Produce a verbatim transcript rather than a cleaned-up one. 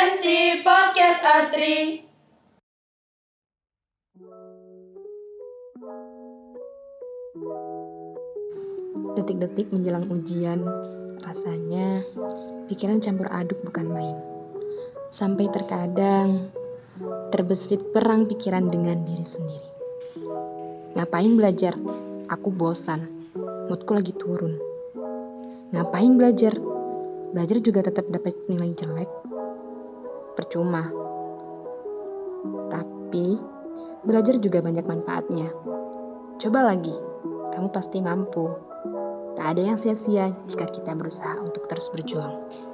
N T Podcast Atri. Detik-detik menjelang ujian, rasanya pikiran campur aduk bukan main. Sampai terkadang terbesit perang pikiran dengan diri sendiri. Ngapain belajar? Aku bosan. Moodku lagi turun. Ngapain belajar? Belajar juga tetap dapat nilai jelek. Percuma. Tapi belajar juga banyak manfaatnya. Coba lagi, kamu pasti mampu. Tak ada yang sia-sia jika kita berusaha untuk terus berjuang.